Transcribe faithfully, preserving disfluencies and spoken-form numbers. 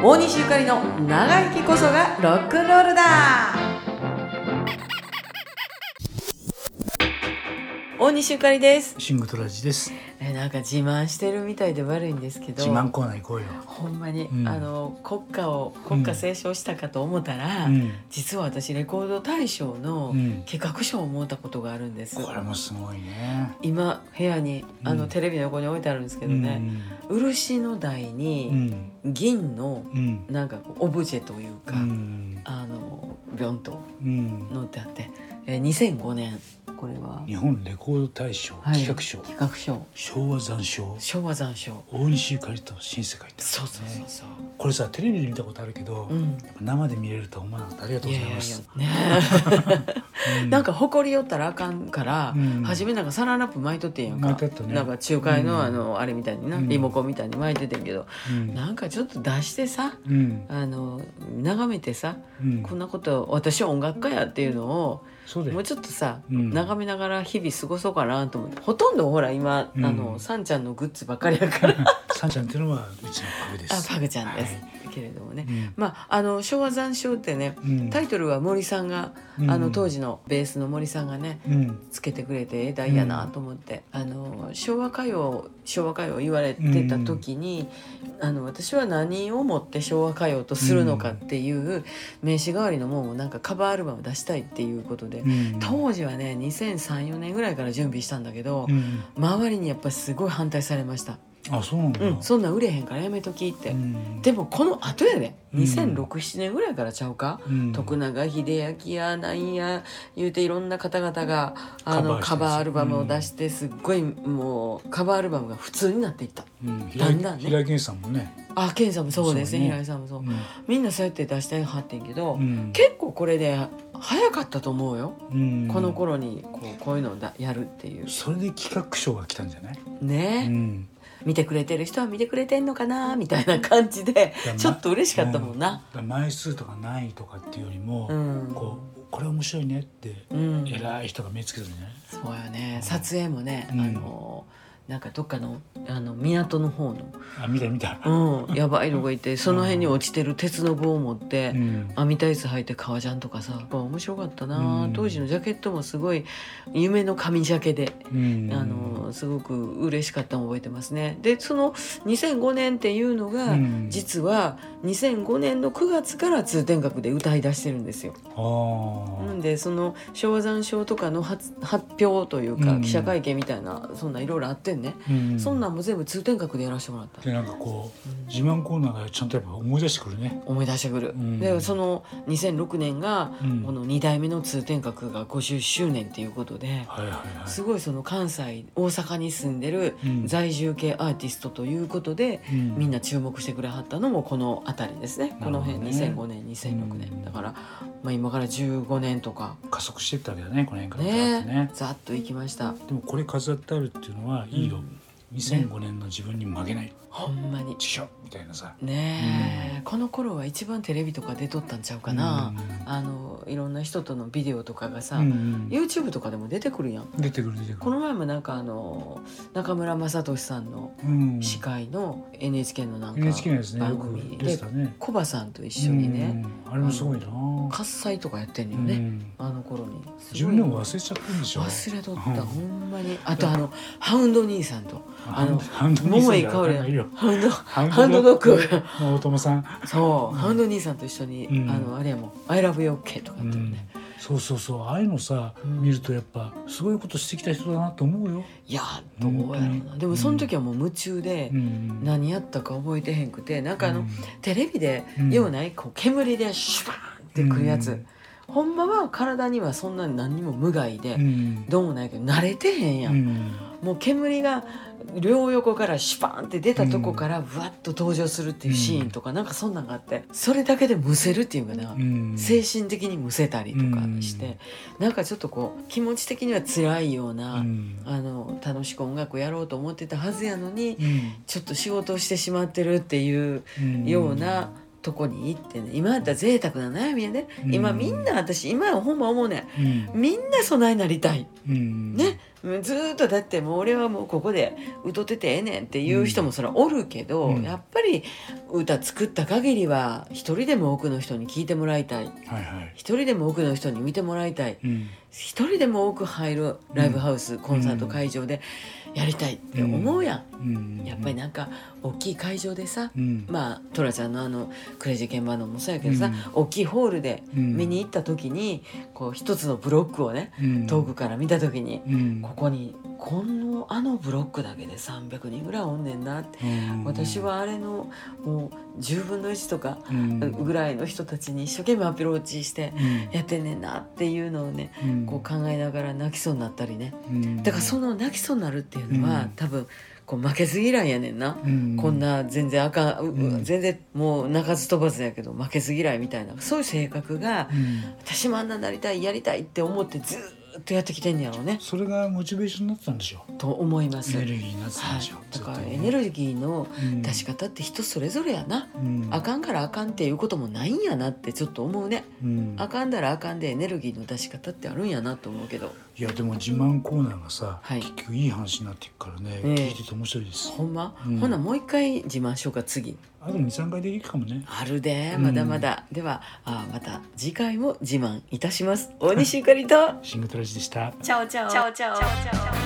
大西ゆかりの長生きこそがロックンロールだ。大西ゆかりです。 シングトラジです。 えなんか自慢してるみたいで悪いんですけど、 自慢コーナー行こうよ。 ほんまに、 うん、 あの国歌を国歌斉唱したかと思ったら、うん、実は私レコード大賞の企画書を持ったことがあるんです、うん、 これもすごいね。 今部屋にあの、うん、テレビの横に置いてあるんですけどね、うん、漆の台に銀のなんかこうオブジェというか、うん、あのビョンと載ってあって、えー、にせんごねんこれは日本レコード大賞企画賞、 はい、企画賞昭和残賞昭和残賞大西ゆかりと新世界って、ね、 そうそうそうそう。 これさテレビで見たことあるけど、うん、やっぱ生で見れるとは思わなかった。ありがとうございます。 いやいやいやねうん、なんか誇り寄ったらあかんから、うん、初めなんかサランラップ巻いとってんやんか、ね、なんか仲介の、 あのあれみたいにな、うん、リモコンみたいに巻いててんけど、うん、なんかちょっと出してさ、うん、あの眺めてさ、うん、こんなこと私は音楽家やっていうのをもうちょっとさ、うん、眺めながら日々過ごそうかなと思って。ほとんどほら今、うん、あのサンちゃんのグッズばっかりやからサンちゃんっていうのはうちのパグです。 あパグちゃんです、はい、けれどもね、うん、まああの昭和残賞ってね、うん、タイトルは森さんが、うん、あの当時のベースの森さんがね、うん、つけてくれて偉大やなと思って、うん、あの昭和歌謡昭和歌謡言われてた時に、うん、あの私は何をもって昭和歌謡とするのかっていう名刺代わりのものをなんかカバーアルバム出したいっていうことで、うん、当時はねにせんさん、よねんぐらいから準備したんだけど、うん、周りにやっぱりすごい反対されました。 あ、そうなんだ、 うん、そんなん売れへんからやめときって、うん、でもこの後やでにせんろく、ななねんぐらいからちゃうか、うん、徳永英明やなんや言うていろんな方々があのカバーアルバムを出してすっごいもうカバーアルバムが普通になっていった、うん、だんだんね。 平井堅さんもね、 あ、健さんもそうですね、平井さんもそう、うん、みんなそうやって出してはってんけど、うん、結構これで早かったと思うよ、うん、この頃にこう、こういうのをだやるっていう。 それで企画賞が来たんじゃないね、うん、見てくれてる人は見てくれてんのかなみたいな感じでちょっと嬉しかったもんな、 うん、枚数とかないとかっていうよりも、うん、こうこれ面白いねって、うん、偉い人が目つけたんじゃない。 そうよね、撮影もね、うん、あのなんかどっかの、あの港の方のあ見た見た、 うん、やばいのがいてその辺に落ちてる鉄の棒を持って、うん、網タイツ履いて革ジャンとかさ、やっぱ面白かったな、うん、当時のジャケットもすごい夢の紙ジャケで、うん、あのすごく嬉しかったのを覚えてますね。でそのにせんごねんっていうのが、うん、実はにせんごねんのくがつから通天閣で歌い出してるんですよ。あなんでその昭和残賞とかの 発, 発表というか、うん、記者会見みたいなそんないろいろあってね、うん、そんなんも全部通天閣でやらせてもらった。 でなんかこう、うん、自慢コーナーがちゃんとやっぱ思い出してくるね。 思い出してくる、うん、でそのにせんろくねんが、うん、このにだいめの通天閣がごじゅっしゅうねんっていうことで、はいはいはい、すごいその関西大阪に住んでる在住系アーティストということで、うん、みんな注目してくれはったのもこの辺りですね。この辺、ね、にせんごねんにせんろくねん、うん、だから、まあ、今からじゅうごねんとか加速していったわけだね、この辺からね。 ね、ざっといきました。 でもこれ飾ってあるっていうのはいいよ、うん、にせんごねんの自分に負けない、ね、 ほんまに違うみたいなさねえ、うん、この頃は一番テレビとか出とったんちゃうかな、うん、あのいろんな人とのビデオとかがさ、うん、YouTube とかでも出てくるやん。 出てくる出てくる。 この前もなんかあの中村雅俊さんの司会の エヌエイチケー のなんか番組でコバさんと一緒にね、 うん、あれもすごいな、 喝采とかやってんのよね、うん、あの頃に自分でも忘れちゃったんでしょ。 忘れとった、うん、ほんまに。あとあのハウンド兄さんとあの桃井かおりハウンドハウンドドッグの大友さんそう、うん、ハウンド兄さんと一緒に、うん、あのあれやもん I love you OK とかってね、うん、 そうそうそう、ああいうのさ、うん、見るとやっぱすごいことしてきた人だなと思うよ。 いやどうやろうな、うん、でもその時はもう夢中で何やったか覚えてへんくて、なんかあの、うん、テレビでようないこう煙でシュバーンってくるやつ、うん、ほんまは体にはそんなに何にも無害で、うん、どうもないけど慣れてへんやん、うん、もう煙が両横からシュパーンって出たとこからブワッと登場するっていうシーンとか、うん、なんかそんなんがあって、それだけでむせるっていうかな、うん、精神的にむせたりとかして、うん、なんかちょっとこう気持ち的には辛いような、うん、あの楽しく音楽をやろうと思ってたはずやのに、うん、ちょっと仕事をしてしまってるっていうようなとこに行ってね、今だったら贅沢な悩みやね、 うん、 今みんな私今はほんま思うね、うん、みんな備えなりたい、うん、ね、ずっとだってもう俺はもうここで歌っててええねんっていう人もそれはおるけど、うん、やっぱり歌作った限りは一人でも多くの人に聞いてもらいたい、はいはい、一人でも多くの人に見てもらいたい、うん、一人でも多く入るライブハウス、うん、コンサート会場でやりたいって思うやん、うん、やっぱりなんか大きい会場でさ、うん、まあトラちゃんのあのクレイジーケンバンドもそうやけどさ、うん、大きいホールで見に行った時にこう一つのブロックをね、うん、遠くから見た時に、うん、ここにこのあのブロックだけでさんびゃくにんぐらいおんねんなって、うん、私はあれのもうじゅうぶんのいちとかぐらいの人たちに一生懸命アプローチしてやってんねんなっていうのをね、うん、こう考えながら泣きそうになったりね、うん、だからその泣きそうになるっていうのは、うん、多分こう負けず嫌いやねんな、うん、こんな全然あかん、うん、全然もう鳴かず飛ばずやけど負けず嫌いみたいなそういう性格が、うん、私もあんななりたいやりたいって思ってずっとやってきてんやろうね。 それがモチベーションになってたんでしょと思います。 エネルギーになってたんでしょ、はい、 だからエネルギーの出し方って人それぞれやな、うん、あかんからあかんっていうこともないんやなってちょっと思うね、うん、あかんだらあかんでエネルギーの出し方ってあるんやなと思うけど、 いやでも自慢コーナーがさ、はい、結局いい話になっていくからね、えー、聞いてて面白いです。 ほんま、うん、ほなもう一回自慢しようか次。 あと にさんかいできるかもね。 あるでまだまだ、うん、ではあまた次回も自慢いたします。大西ゆかりとシングトラジでした。 チャオチャオチャオチャオチャオ。